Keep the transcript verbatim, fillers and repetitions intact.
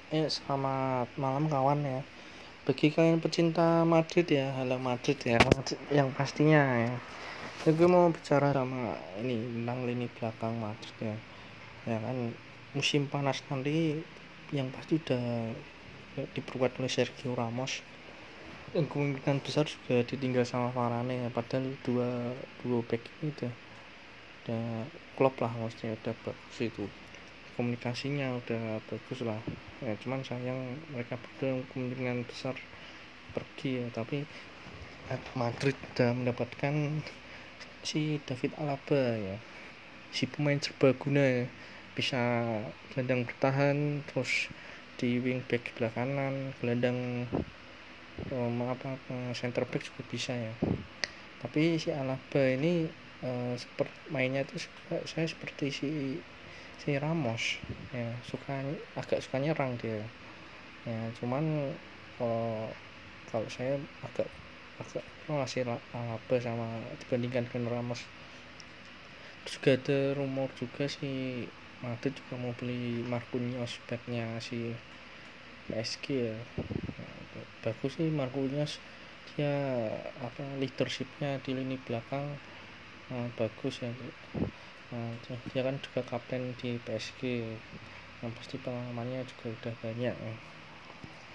Eh, selamat malam kawan ya. Bagi kalian pecinta Madrid ya, halo Madrid ya, Madrid yang pastinya ya. Jadi gue mau bicara sama ini tentang lini belakang Madrid ya. Ya kan musim panas nanti yang pasti udah diperkuat oleh Sergio Ramos. Dan kemungkinan besar juga ditinggal sama Varane ya. Padahal dua dua back ini udah udah klop lah, maksudnya udah bagus itu, komunikasinya udah bagus lah ya. Cuman sayang mereka berdua kemungkinan besar pergi ya. Tapi Madrid udah mendapatkan si David Alaba ya, si pemain serbaguna ya, bisa gelandang bertahan, terus di wing back sebelah kanan, gelandang um, apa center back juga bisa ya. Tapi si Alaba ini uh, seperti mainnya itu saya seperti si si Ramos ya, suka agak suka nyerang dia ya. Cuman kalau kalau saya agak agak ngasih Alaba sama dibandingkan dengan Ramos. Terus juga ada rumor juga si Madrid juga mau beli Marquinhos, backnya si P S G ya. Bagus sih Marquinhos, dia apa leadershipnya di lini belakang nah, bagus ya. Nah, dia kan juga kapten di P S G, yang pasti pengalamannya juga udah banyak ya.